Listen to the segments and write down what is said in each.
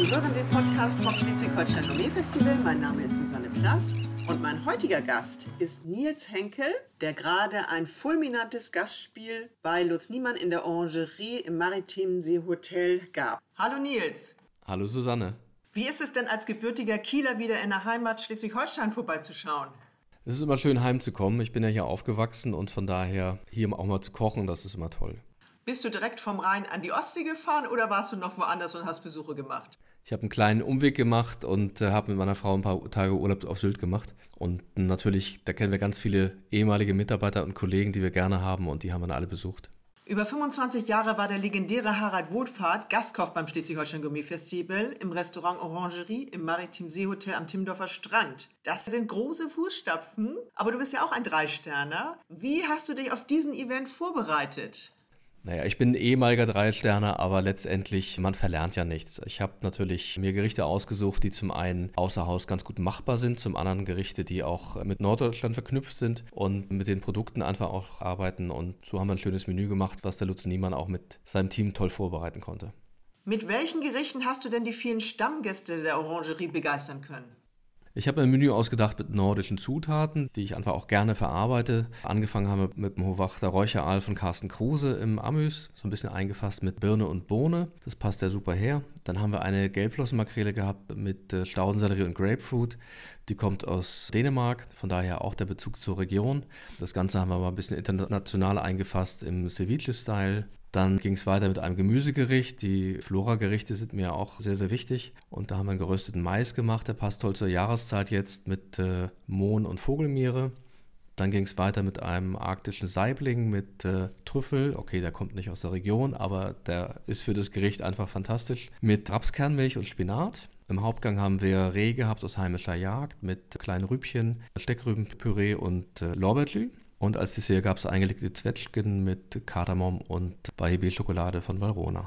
Sie hören den Podcast vom Schleswig-Holstein Gourmet Festival. Mein Name ist Susanne Plass und mein heutiger Gast ist Nils Henkel, der gerade ein fulminantes Gastspiel bei Lutz Niemann in der Orangerie im Maritimen See Hotel gab. Hallo Nils. Hallo Susanne. Wie ist es denn als gebürtiger Kieler wieder in der Heimat Schleswig-Holstein vorbeizuschauen? Es ist immer schön heimzukommen. Ich bin ja hier aufgewachsen und von daher hier auch mal zu kochen, das ist immer toll. Bist du direkt vom Rhein an die Ostsee gefahren oder warst du noch woanders und hast Besuche gemacht? Ich habe einen kleinen Umweg gemacht und habe mit meiner Frau ein paar Tage Urlaub auf Sylt gemacht. Und natürlich, da kennen wir ganz viele ehemalige Mitarbeiter und Kollegen, die wir gerne haben und die haben wir dann alle besucht. Über 25 Jahre war der legendäre Harald Wohlfahrt Gastkoch beim Schleswig-Holstein Gourmet Festival im Restaurant Orangerie im Maritimen See Hotel am Timmendorfer Strand. Das sind große Fußstapfen, aber du bist ja auch ein Dreisterner. Wie hast du dich auf diesen Event vorbereitet? Naja, ich bin ein ehemaliger Dreisterner, aber letztendlich, man verlernt ja nichts. Ich habe natürlich mir Gerichte ausgesucht, die zum einen außer Haus ganz gut machbar sind, zum anderen Gerichte, die auch mit Norddeutschland verknüpft sind und mit den Produkten einfach auch arbeiten. Und so haben wir ein schönes Menü gemacht, was der Lutz Niemann auch mit seinem Team toll vorbereiten konnte. Mit welchen Gerichten hast du denn die vielen Stammgäste der Orangerie begeistern können? Ich habe ein Menü ausgedacht mit nordischen Zutaten, die ich einfach auch gerne verarbeite. Angefangen haben wir mit dem Hochwachter Räucheraal von Carsten Kruse im Amüs, so ein bisschen eingefasst mit Birne und Bohne. Das passt ja super her. Dann haben wir eine Gelbflossenmakrele gehabt mit Staudensellerie und Grapefruit. Die kommt aus Dänemark, von daher auch der Bezug zur Region. Das Ganze haben wir mal ein bisschen international eingefasst im Ceviche-Style. Dann ging es weiter mit einem Gemüsegericht. Die Flora-Gerichte sind mir auch sehr, sehr wichtig. Und da haben wir einen gerösteten Mais gemacht. Der passt toll zur Jahreszeit jetzt mit Mohn und Vogelmiere. Dann ging es weiter mit einem arktischen Saibling mit Trüffel. Okay, der kommt nicht aus der Region, aber der ist für das Gericht einfach fantastisch. Mit Rapskernmilch und Spinat. Im Hauptgang haben wir Reh gehabt aus heimischer Jagd mit kleinen Rübchen, Steckrübenpüree und Lorbeertjü. Und als Dessert gab es eingelegte Zwetschgen mit Kardamom und Baibi-Schokolade von Valrhona.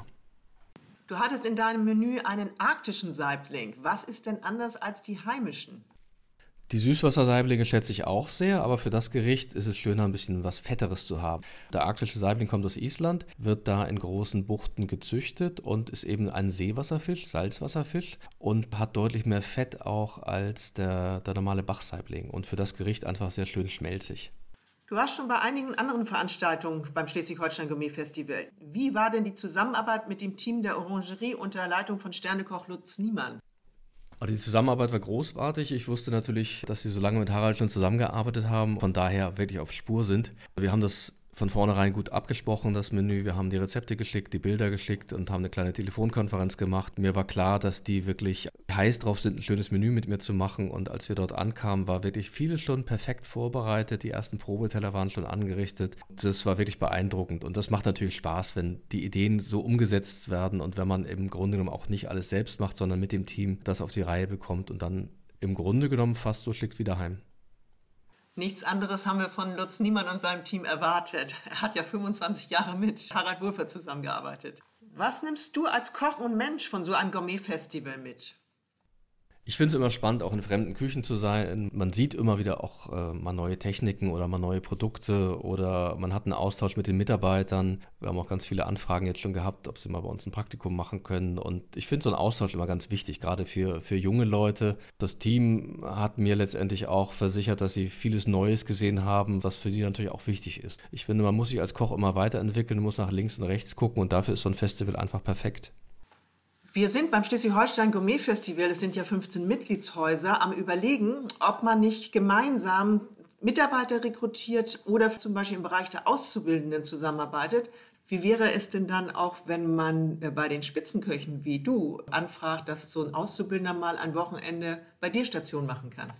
Du hattest in deinem Menü einen arktischen Saibling. Was ist denn anders als die heimischen? Die Süßwassersaiblinge schätze ich auch sehr, aber für das Gericht ist es schöner, ein bisschen was Fetteres zu haben. Der arktische Saibling kommt aus Island, wird da in großen Buchten gezüchtet und ist eben ein Seewasserfisch, Salzwasserfisch und hat deutlich mehr Fett auch als der normale Bachsaibling und für das Gericht einfach sehr schön schmelzig. Du warst schon bei einigen anderen Veranstaltungen beim Schleswig-Holstein Gourmet Festival. Wie war denn die Zusammenarbeit mit dem Team der Orangerie unter Leitung von Sternekoch Lutz Niemann? Also die Zusammenarbeit war großartig. Ich wusste natürlich, dass sie so lange mit Harald schon zusammengearbeitet haben, von daher wirklich auf Spur sind. Wir haben das von vornherein gut abgesprochen, das Menü. Wir haben die Rezepte geschickt, die Bilder geschickt und haben eine kleine Telefonkonferenz gemacht. Mir war klar, dass die wirklich heiß drauf sind, ein schönes Menü mit mir zu machen. Und als wir dort ankamen, war wirklich vieles schon perfekt vorbereitet. Die ersten Probeteller waren schon angerichtet. Das war wirklich beeindruckend. Und das macht natürlich Spaß, wenn die Ideen so umgesetzt werden und wenn man im Grunde genommen auch nicht alles selbst macht, sondern mit dem Team das auf die Reihe bekommt und dann im Grunde genommen fast so schickt wie daheim. Nichts anderes haben wir von Lutz Niemann und seinem Team erwartet. Er hat ja 25 Jahre mit Harald Wohlfahrt zusammengearbeitet. Was nimmst du als Koch und Mensch von so einem Gourmet-Festival mit? Ich finde es immer spannend, auch in fremden Küchen zu sein. Man sieht immer wieder auch mal neue Techniken oder mal neue Produkte oder man hat einen Austausch mit den Mitarbeitern. Wir haben auch ganz viele Anfragen jetzt schon gehabt, ob sie mal bei uns ein Praktikum machen können. Und ich finde so einen Austausch immer ganz wichtig, gerade für junge Leute. Das Team hat mir letztendlich auch versichert, dass sie vieles Neues gesehen haben, was für die natürlich auch wichtig ist. Ich finde, man muss sich als Koch immer weiterentwickeln, muss nach links und rechts gucken und dafür ist so ein Festival einfach perfekt. Wir sind beim Schleswig-Holstein Gourmet Festival, es sind ja 15 Mitgliedshäuser, am Überlegen, ob man nicht gemeinsam Mitarbeiter rekrutiert oder zum Beispiel im Bereich der Auszubildenden zusammenarbeitet. Wie wäre es denn dann auch, wenn man bei den Spitzenköchen wie du anfragt, dass so ein Auszubildender mal ein Wochenende bei dir Station machen kann?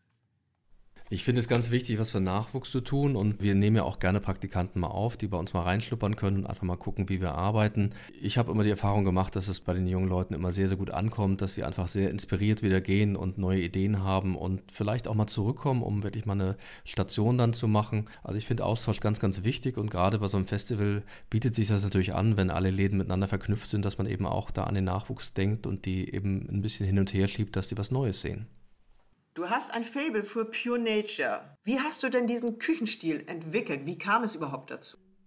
Ich finde es ganz wichtig, was für Nachwuchs zu tun und wir nehmen ja auch gerne Praktikanten mal auf, die bei uns mal reinschnuppern können und einfach mal gucken, wie wir arbeiten. Ich habe immer die Erfahrung gemacht, dass es bei den jungen Leuten immer sehr, sehr gut ankommt, dass sie einfach sehr inspiriert wieder gehen und neue Ideen haben und vielleicht auch mal zurückkommen, um wirklich mal eine Station dann zu machen. Also ich finde Austausch ganz, ganz wichtig und gerade bei so einem Festival bietet sich das natürlich an, wenn alle Läden miteinander verknüpft sind, dass man eben auch da an den Nachwuchs denkt und die eben ein bisschen hin und her schiebt, dass die was Neues sehen. Du hast ein Faible für Pure Nature. Wie hast du denn diesen Küchenstil entwickelt? Wie kam es überhaupt dazu?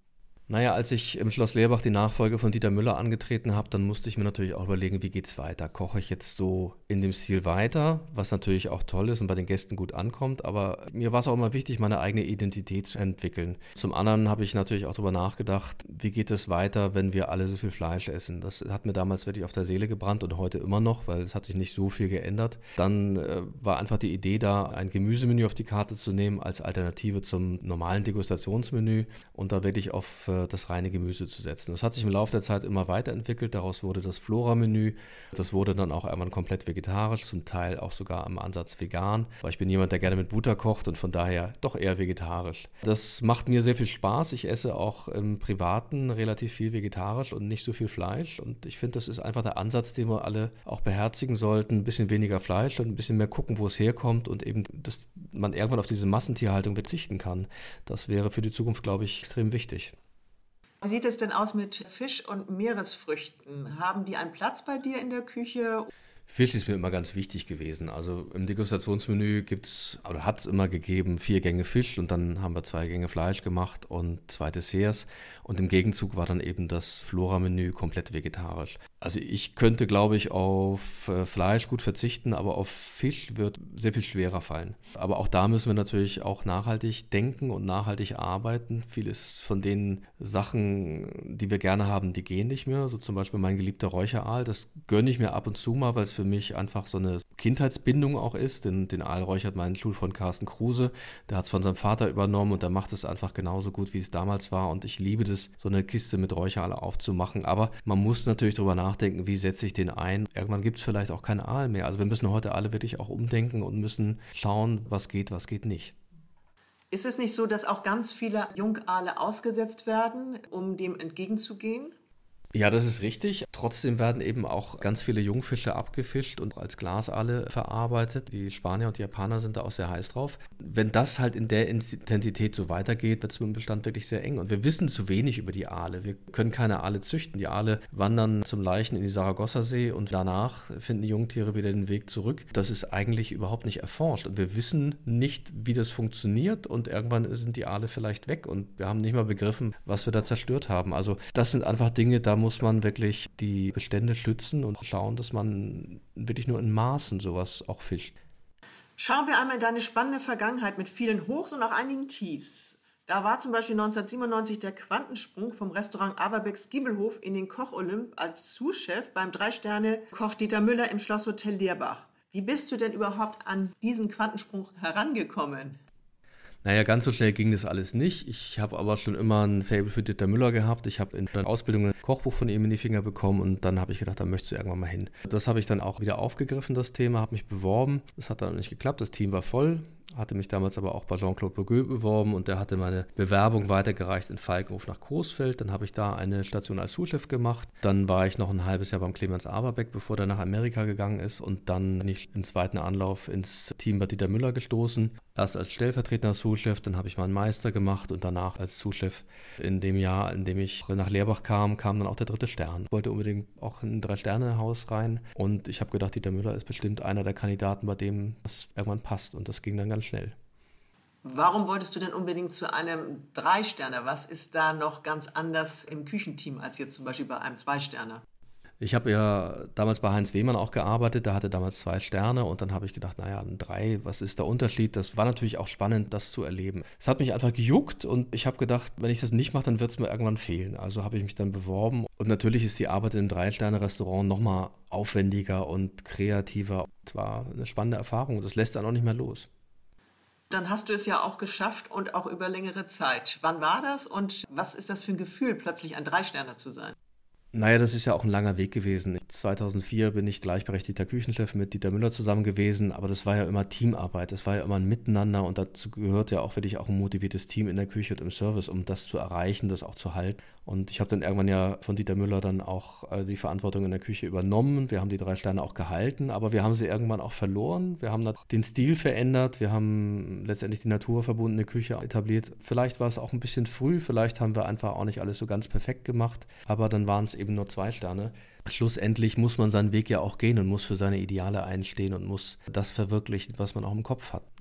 Naja, als ich im Schloss Leerbach die Nachfolge von Dieter Müller angetreten habe, dann musste ich mir natürlich auch überlegen, wie geht's weiter? Koche ich jetzt so in dem Stil weiter, was natürlich auch toll ist und bei den Gästen gut ankommt, aber mir war es auch immer wichtig, meine eigene Identität zu entwickeln. Zum anderen habe ich natürlich auch darüber nachgedacht, wie geht es weiter, wenn wir alle so viel Fleisch essen? Das hat mir damals wirklich auf der Seele gebrannt und heute immer noch, weil es hat sich nicht so viel geändert. Dann war einfach die Idee da, ein Gemüsemenü auf die Karte zu nehmen als Alternative zum normalen Degustationsmenü und da wirklich auf das reine Gemüse zu setzen. Das hat sich im Laufe der Zeit immer weiterentwickelt. Daraus wurde das Flora-Menü. Das wurde dann auch irgendwann komplett vegetarisch, zum Teil auch sogar im Ansatz vegan. Weil ich bin jemand, der gerne mit Butter kocht und von daher doch eher vegetarisch. Das macht mir sehr viel Spaß. Ich esse auch im Privaten relativ viel vegetarisch und nicht so viel Fleisch. Und ich finde, das ist einfach der Ansatz, den wir alle auch beherzigen sollten. Ein bisschen weniger Fleisch und ein bisschen mehr gucken, wo es herkommt und eben, dass man irgendwann auf diese Massentierhaltung verzichten kann. Das wäre für die Zukunft, glaube ich, extrem wichtig. Wie sieht es denn aus mit Fisch und Meeresfrüchten? Haben die einen Platz bei dir in der Küche? Fisch ist mir immer ganz wichtig gewesen. Also im Degustationsmenü hat es immer gegeben 4 Gänge Fisch und dann haben wir 2 Gänge Fleisch gemacht und 2 Desserts. Und im Gegenzug war dann eben das Flora-Menü komplett vegetarisch. Also ich könnte, glaube ich, auf Fleisch gut verzichten, aber auf Fisch wird sehr viel schwerer fallen. Aber auch da müssen wir natürlich auch nachhaltig denken und nachhaltig arbeiten. Vieles von den Sachen, die wir gerne haben, die gehen nicht mehr. So zum Beispiel mein geliebter Räucheraal, das gönne ich mir ab und zu mal, weil es für mich einfach so eine Kindheitsbindung auch ist. Den Aal räuchert mein Schulfreund Carsten Kruse. Der hat es von seinem Vater übernommen und der macht es einfach genauso gut, wie es damals war. Und ich liebe das, so eine Kiste mit Räucheraal aufzumachen. Aber man muss natürlich darüber nachdenken, wie setze ich den ein. Irgendwann gibt es vielleicht auch keinen Aal mehr. Also wir müssen heute alle wirklich auch umdenken und müssen schauen, was geht nicht. Ist es nicht so, dass auch ganz viele Jungaale ausgesetzt werden, um dem entgegenzugehen? Ja, das ist richtig. Trotzdem werden eben auch ganz viele Jungfische abgefischt und als Glasaale verarbeitet. Die Spanier und die Japaner sind da auch sehr heiß drauf. Wenn das halt in der Intensität so weitergeht, wird es mit dem Bestand wirklich sehr eng. Und wir wissen zu wenig über die Aale. Wir können keine Aale züchten. Die Aale wandern zum Laichen in die Saragossa-See und danach finden die Jungtiere wieder den Weg zurück. Das ist eigentlich überhaupt nicht erforscht. Und wir wissen nicht, wie das funktioniert. Und irgendwann sind die Aale vielleicht weg. Und wir haben nicht mal begriffen, was wir da zerstört haben. Also das sind einfach Dinge, da muss man wirklich die Bestände schützen und schauen, dass man wirklich nur in Maßen sowas auch fischt. Schauen wir einmal in deine spannende Vergangenheit mit vielen Hochs und auch einigen Tiefs. Da war zum Beispiel 1997 der Quantensprung vom Restaurant Aberbecks Giebelhof in den Koch-Olymp als Sous-Chef beim 3-Sterne-Koch Dieter Müller im Schlosshotel Leerbach. Wie bist du denn überhaupt an diesen Quantensprung herangekommen? Naja, ganz so schnell ging das alles nicht. Ich habe aber schon immer ein Faible für Dieter Müller gehabt. Ich habe in der Ausbildung ein Kochbuch von ihm in die Finger bekommen und dann habe ich gedacht, da möchtest du irgendwann mal hin. Das habe ich dann auch wieder aufgegriffen, das Thema, habe mich beworben. Das hat dann nicht geklappt, das Team war voll. Hatte mich damals aber auch bei Jean-Claude Bourgueux beworben und der hatte meine Bewerbung weitergereicht in Falkenhof nach Coesfeld. Dann habe ich da eine Station als Sous-Chef gemacht. Dann war ich noch ein halbes Jahr beim Clemens Aberbeck, bevor der nach Amerika gegangen ist. Und dann bin ich im zweiten Anlauf ins Team bei Dieter Müller gestoßen. Erst als stellvertretender Sous-Chef, dann habe ich meinen Meister gemacht und danach als Sous-Chef. In dem Jahr, in dem ich nach Leerbach kam dann auch der 3. Stern. Ich wollte unbedingt auch in ein 3-Sterne-Haus rein und ich habe gedacht, Dieter Müller ist bestimmt einer der Kandidaten, bei dem das irgendwann passt und das ging dann ganz schnell. Warum wolltest du denn unbedingt zu einem 3-Sterne? Was ist da noch ganz anders im Küchenteam als jetzt zum Beispiel bei einem 2-Sterne? Ich habe ja damals bei Heinz Wehmann auch gearbeitet, der hatte damals 2 Sterne und dann habe ich gedacht, naja, ein 3, was ist der Unterschied? Das war natürlich auch spannend, das zu erleben. Es hat mich einfach gejuckt und ich habe gedacht, wenn ich das nicht mache, dann wird es mir irgendwann fehlen. Also habe ich mich dann beworben und natürlich ist die Arbeit in einem 3-Sterne-Restaurant nochmal aufwendiger und kreativer. Es war eine spannende Erfahrung und das lässt dann auch nicht mehr los. Dann hast du es ja auch geschafft und auch über längere Zeit. Wann war das und was ist das für ein Gefühl, plötzlich ein 3-Sterne zu sein? Naja, das ist ja auch ein langer Weg gewesen. 2004 bin ich gleichberechtigter Küchenchef mit Dieter Müller zusammen gewesen, aber das war ja immer Teamarbeit, das war ja immer ein Miteinander und dazu gehört ja auch wirklich auch ein motiviertes Team in der Küche und im Service, um das zu erreichen, das auch zu halten. Und ich habe dann irgendwann ja von Dieter Müller dann auch die Verantwortung in der Küche übernommen. Wir haben die 3 Sterne auch gehalten, aber wir haben sie irgendwann auch verloren. Wir haben den Stil verändert, wir haben letztendlich die naturverbundene Küche etabliert. Vielleicht war es auch ein bisschen früh, vielleicht haben wir einfach auch nicht alles so ganz perfekt gemacht, aber dann waren es eben nur 2 Sterne. Schlussendlich muss man seinen Weg ja auch gehen und muss für seine Ideale einstehen und muss das verwirklichen, was man auch im Kopf hat.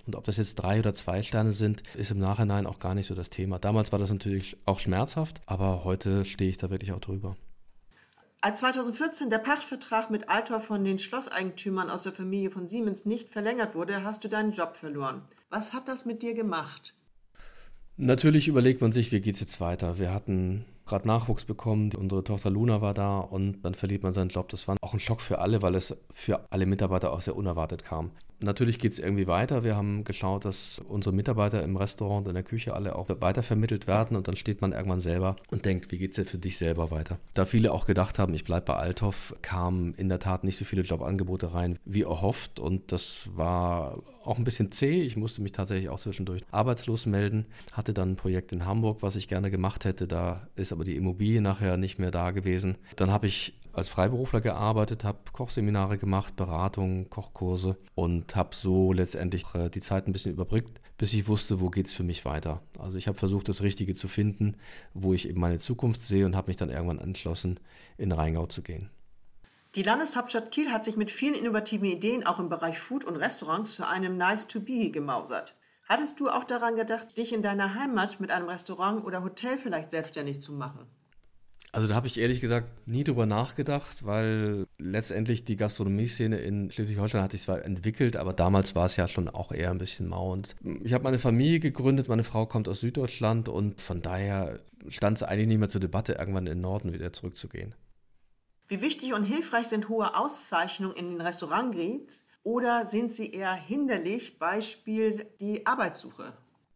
Und ob das jetzt 3 oder 2 Sterne sind, ist im Nachhinein auch gar nicht so das Thema. Damals war das natürlich auch schmerzhaft, aber heute stehe ich da wirklich auch drüber. Als 2014 der Pachtvertrag mit Altorf von den Schlosseigentümern aus der Familie von Siemens nicht verlängert wurde, hast du deinen Job verloren. Was hat das mit dir gemacht? Natürlich überlegt man sich, wie geht es jetzt weiter. Wir hatten gerade Nachwuchs bekommen, unsere Tochter Luna war da und dann verliert man seinen Job. Das war auch ein Schock für alle, weil es für alle Mitarbeiter auch sehr unerwartet kam. Natürlich geht es irgendwie weiter. Wir haben geschaut, dass unsere Mitarbeiter im Restaurant und in der Küche alle auch weitervermittelt werden und dann steht man irgendwann selber und denkt, wie geht es denn für dich selber weiter? Da viele auch gedacht haben, ich bleibe bei Altorf, kamen in der Tat nicht so viele Jobangebote rein, wie erhofft und das war auch ein bisschen zäh. Ich musste mich tatsächlich auch zwischendurch arbeitslos melden, hatte dann ein Projekt in Hamburg, was ich gerne gemacht hätte, da ist aber die Immobilie nachher nicht mehr da gewesen. Dann habe ich als Freiberufler gearbeitet, habe Kochseminare gemacht, Beratungen, Kochkurse und habe so letztendlich die Zeit ein bisschen überbrückt, bis ich wusste, wo geht es für mich weiter. Also ich habe versucht, das Richtige zu finden, wo ich eben meine Zukunft sehe und habe mich dann irgendwann entschlossen, in Rheingau zu gehen. Die Landeshauptstadt Kiel hat sich mit vielen innovativen Ideen auch im Bereich Food und Restaurants zu einem Nice-to-be gemausert. Hattest du auch daran gedacht, dich in deiner Heimat mit einem Restaurant oder Hotel vielleicht selbstständig zu machen? Also da habe ich ehrlich gesagt nie drüber nachgedacht, weil letztendlich die Gastronomie-Szene in Schleswig-Holstein hat sich zwar entwickelt, aber damals war es ja schon auch eher ein bisschen mau. Und ich habe meine Familie gegründet, meine Frau kommt aus Süddeutschland und von daher stand es eigentlich nicht mehr zur Debatte, irgendwann in den Norden wieder zurückzugehen. Wie wichtig und hilfreich sind hohe Auszeichnungen in den Restaurantguides oder sind sie eher hinderlich, Beispiel die Arbeitssuche?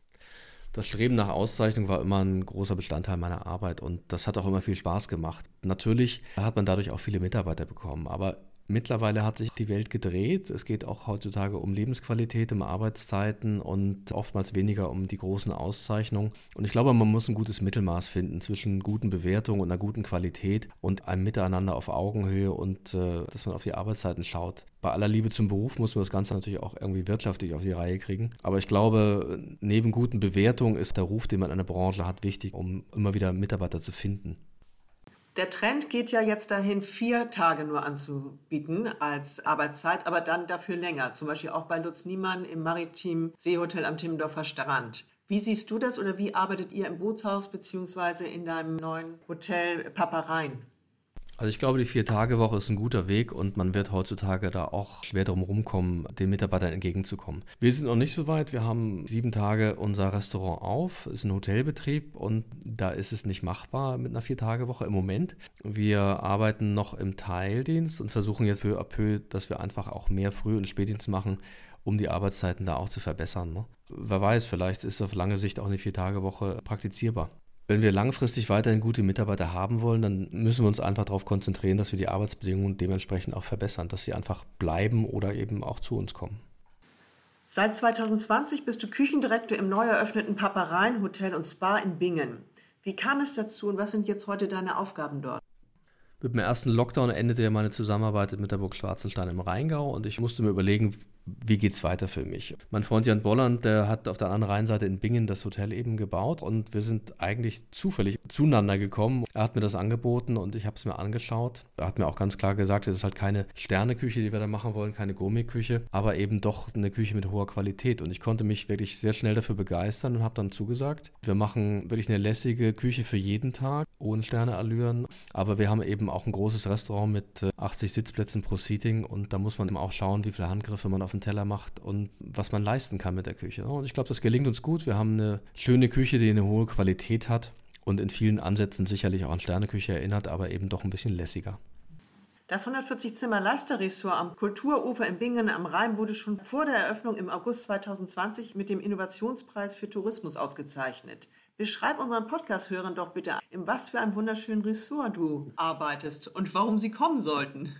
Das Streben nach Auszeichnung war immer ein großer Bestandteil meiner Arbeit und das hat auch immer viel Spaß gemacht. Natürlich hat man dadurch auch viele Mitarbeiter bekommen, aber mittlerweile hat sich die Welt gedreht. Es geht auch heutzutage um Lebensqualität, um Arbeitszeiten und oftmals weniger um die großen Auszeichnungen. Und ich glaube, man muss ein gutes Mittelmaß finden zwischen guten Bewertungen und einer guten Qualität und einem Miteinander auf Augenhöhe und dass man auf die Arbeitszeiten schaut. Bei aller Liebe zum Beruf muss man das Ganze natürlich auch irgendwie wirtschaftlich auf die Reihe kriegen. Aber ich glaube, neben guten Bewertungen ist der Ruf, den man in der Branche hat, wichtig, um immer wieder Mitarbeiter zu finden. Der Trend geht ja jetzt dahin, 4 Tage nur anzubieten als Arbeitszeit, aber dann dafür länger. Zum Beispiel auch bei Lutz Niemann im Maritim Seehotel am Timmendorfer Strand. Wie siehst du das oder wie arbeitet ihr im Bootshaus bzw. in deinem neuen Hotel Papa Rhein? Also ich glaube, die 4-Tage-Woche ist ein guter Weg und man wird heutzutage da auch schwer drum rumkommen, den Mitarbeitern entgegenzukommen. Wir sind noch nicht so weit. Wir haben 7 Tage unser Restaurant auf, ist ein Hotelbetrieb und da ist es nicht machbar mit einer 4-Tage-Woche im Moment. Wir arbeiten noch im Teildienst und versuchen jetzt peu à peu, dass wir einfach auch mehr Früh- und Spätdienst machen, um die Arbeitszeiten da auch zu verbessern. Ne? Wer weiß, vielleicht ist auf lange Sicht auch eine 4-Tage-Woche praktizierbar. Wenn wir langfristig weiterhin gute Mitarbeiter haben wollen, dann müssen wir uns einfach darauf konzentrieren, dass wir die Arbeitsbedingungen dementsprechend auch verbessern, dass sie einfach bleiben oder eben auch zu uns kommen. Seit 2020 bist du Küchendirektor im neu eröffneten Papa Rhein Hotel und Spa in Bingen. Wie kam es dazu und was sind jetzt heute deine Aufgaben dort? Mit dem ersten Lockdown endete ja meine Zusammenarbeit mit der Burg Schwarzenstein im Rheingau und ich musste mir überlegen, wie geht's weiter für mich. Mein Freund Jan Bolland, der hat auf der anderen Rheinseite in Bingen das Hotel eben gebaut und wir sind eigentlich zufällig zueinander gekommen. Er hat mir das angeboten und ich habe es mir angeschaut. Er hat mir auch ganz klar gesagt, es ist halt keine Sterneküche, die wir da machen wollen, keine Gourmetküche, aber eben doch eine Küche mit hoher Qualität und ich konnte mich wirklich sehr schnell dafür begeistern und habe dann zugesagt. Wir machen wirklich eine lässige Küche für jeden Tag, ohne Sterneallüren, aber wir haben eben auch ein großes Restaurant mit 80 Sitzplätzen pro Seating und da muss man eben auch schauen, wie viele Handgriffe man auf den Teller macht und was man leisten kann mit der Küche. Und ich glaube, das gelingt uns gut. Wir haben eine schöne Küche, die eine hohe Qualität hat und in vielen Ansätzen sicherlich auch an Sterneküche erinnert, aber eben doch ein bisschen lässiger. Das 140-Zimmer-Leister-Ressort am Kulturufer in Bingen am Rhein wurde schon vor der Eröffnung im August 2020 mit dem Innovationspreis für Tourismus ausgezeichnet. Beschreib unseren Podcast-Hörern doch bitte, in was für einem wunderschönen Ressort du arbeitest und warum sie kommen sollten.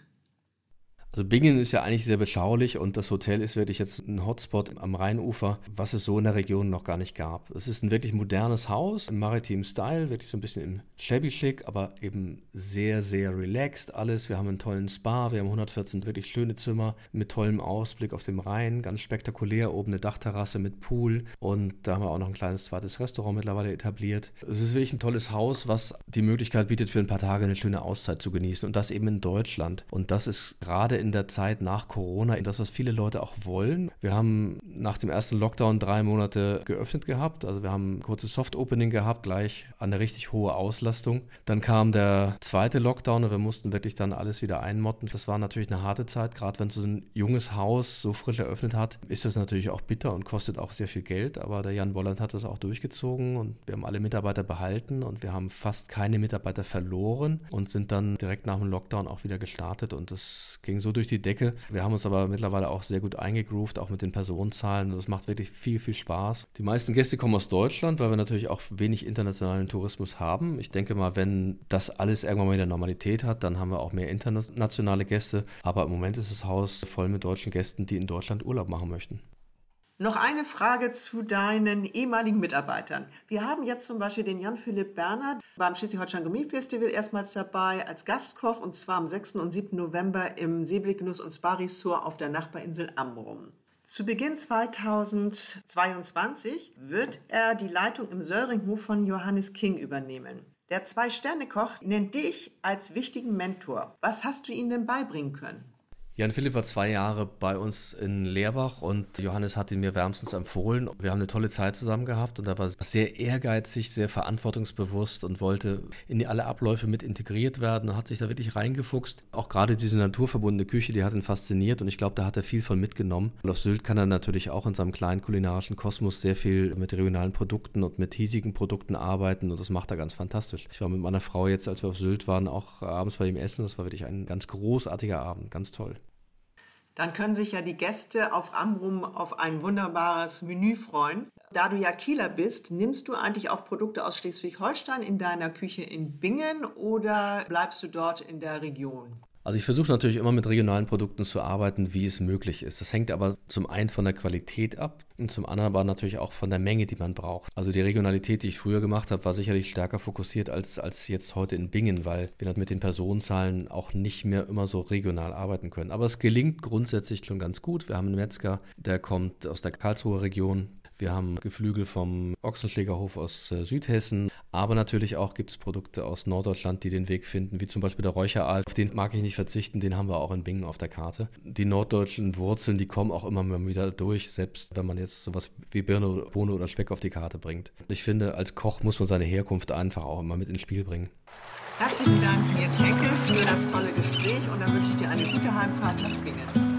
Also Bingen ist ja eigentlich sehr beschaulich und das Hotel ist wirklich jetzt ein Hotspot am Rheinufer, was es so in der Region noch gar nicht gab. Es ist ein wirklich modernes Haus im Maritim Style, wirklich so ein bisschen im Shabby Chic, aber eben sehr, sehr relaxed alles. Wir haben einen tollen Spa, wir haben 114 wirklich schöne Zimmer mit tollem Ausblick auf dem Rhein, ganz spektakulär, oben eine Dachterrasse mit Pool und da haben wir auch noch ein kleines zweites Restaurant mittlerweile etabliert. Es ist wirklich ein tolles Haus, was die Möglichkeit bietet, für ein paar Tage eine schöne Auszeit zu genießen und das eben in Deutschland. Und das ist gerade in in der Zeit nach Corona das, was viele Leute auch wollen. Wir haben nach dem ersten Lockdown 3 Monate geöffnet gehabt. Also wir haben ein kurzes Soft-Opening gehabt, gleich eine richtig hohe Auslastung. Dann kam der zweite Lockdown und wir mussten wirklich dann alles wieder einmotten. Das war natürlich eine harte Zeit. Gerade wenn so ein junges Haus so frisch eröffnet hat, ist das natürlich auch bitter und kostet auch sehr viel Geld. Aber der Jan Bolland hat das auch durchgezogen und wir haben alle Mitarbeiter behalten und wir haben fast keine Mitarbeiter verloren und sind dann direkt nach dem Lockdown auch wieder gestartet und das ging so durch die Decke. Wir haben uns aber mittlerweile auch sehr gut eingegroovt, auch mit den Personenzahlen. Das macht wirklich viel, viel Spaß. Die meisten Gäste kommen aus Deutschland, weil wir natürlich auch wenig internationalen Tourismus haben. Ich denke mal, wenn das alles irgendwann mal wieder Normalität hat, dann haben wir auch mehr internationale Gäste. Aber im Moment ist das Haus voll mit deutschen Gästen, die in Deutschland Urlaub machen möchten. Noch eine Frage zu deinen ehemaligen Mitarbeitern. Wir haben jetzt zum Beispiel den Jan-Philipp Bernhard beim Schleswig-Holstein Gourmet-Festival erstmals dabei als Gastkoch und zwar am 6. und 7. November im Seeblick Genuss und Spa Resort auf der Nachbarinsel Amrum. Zu Beginn 2022 wird er die Leitung im Söllringhof von Johannes King übernehmen. Der 2-Sterne-Koch nennt dich als wichtigen Mentor. Was hast du ihm denn beibringen können? Jan-Philipp war 2 Jahre bei uns in Leerbach und Johannes hat ihn mir wärmstens empfohlen. Wir haben eine tolle Zeit zusammen gehabt und er war sehr ehrgeizig, sehr verantwortungsbewusst und wollte in alle Abläufe mit integriert werden und hat sich da wirklich reingefuchst. Auch gerade diese naturverbundene Küche, die hat ihn fasziniert und ich glaube, da hat er viel von mitgenommen. Und auf Sylt kann er natürlich auch in seinem kleinen kulinarischen Kosmos sehr viel mit regionalen Produkten und mit hiesigen Produkten arbeiten und das macht er ganz fantastisch. Ich war mit meiner Frau jetzt, als wir auf Sylt waren, auch abends bei ihm essen. Das war wirklich ein ganz großartiger Abend, ganz toll. Dann können sich ja die Gäste auf Amrum auf ein wunderbares Menü freuen. Da du ja Kieler bist, nimmst du eigentlich auch Produkte aus Schleswig-Holstein in deiner Küche in Bingen oder bleibst du dort in der Region? Also ich versuche natürlich immer mit regionalen Produkten zu arbeiten, wie es möglich ist. Das hängt aber zum einen von der Qualität ab und zum anderen aber natürlich auch von der Menge, die man braucht. Also die Regionalität, die ich früher gemacht habe, war sicherlich stärker fokussiert als jetzt heute in Bingen, weil wir mit den Personenzahlen auch nicht mehr immer so regional arbeiten können. Aber es gelingt grundsätzlich schon ganz gut. Wir haben einen Metzger, der kommt aus der Karlsruher Region. Wir haben Geflügel vom Ochsenschlägerhof aus Südhessen, aber natürlich auch gibt es Produkte aus Norddeutschland, die den Weg finden, wie zum Beispiel der Räucheraal. Auf den mag ich nicht verzichten, den haben wir auch in Bingen auf der Karte. Die norddeutschen Wurzeln, die kommen auch immer mal wieder durch, selbst wenn man jetzt sowas wie Birne, Bohne oder Speck auf die Karte bringt. Ich finde, als Koch muss man seine Herkunft einfach auch immer mit ins Spiel bringen. Herzlichen Dank, Nils Henkel, für das tolle Gespräch und dann wünsche ich dir eine gute Heimfahrt nach Bingen.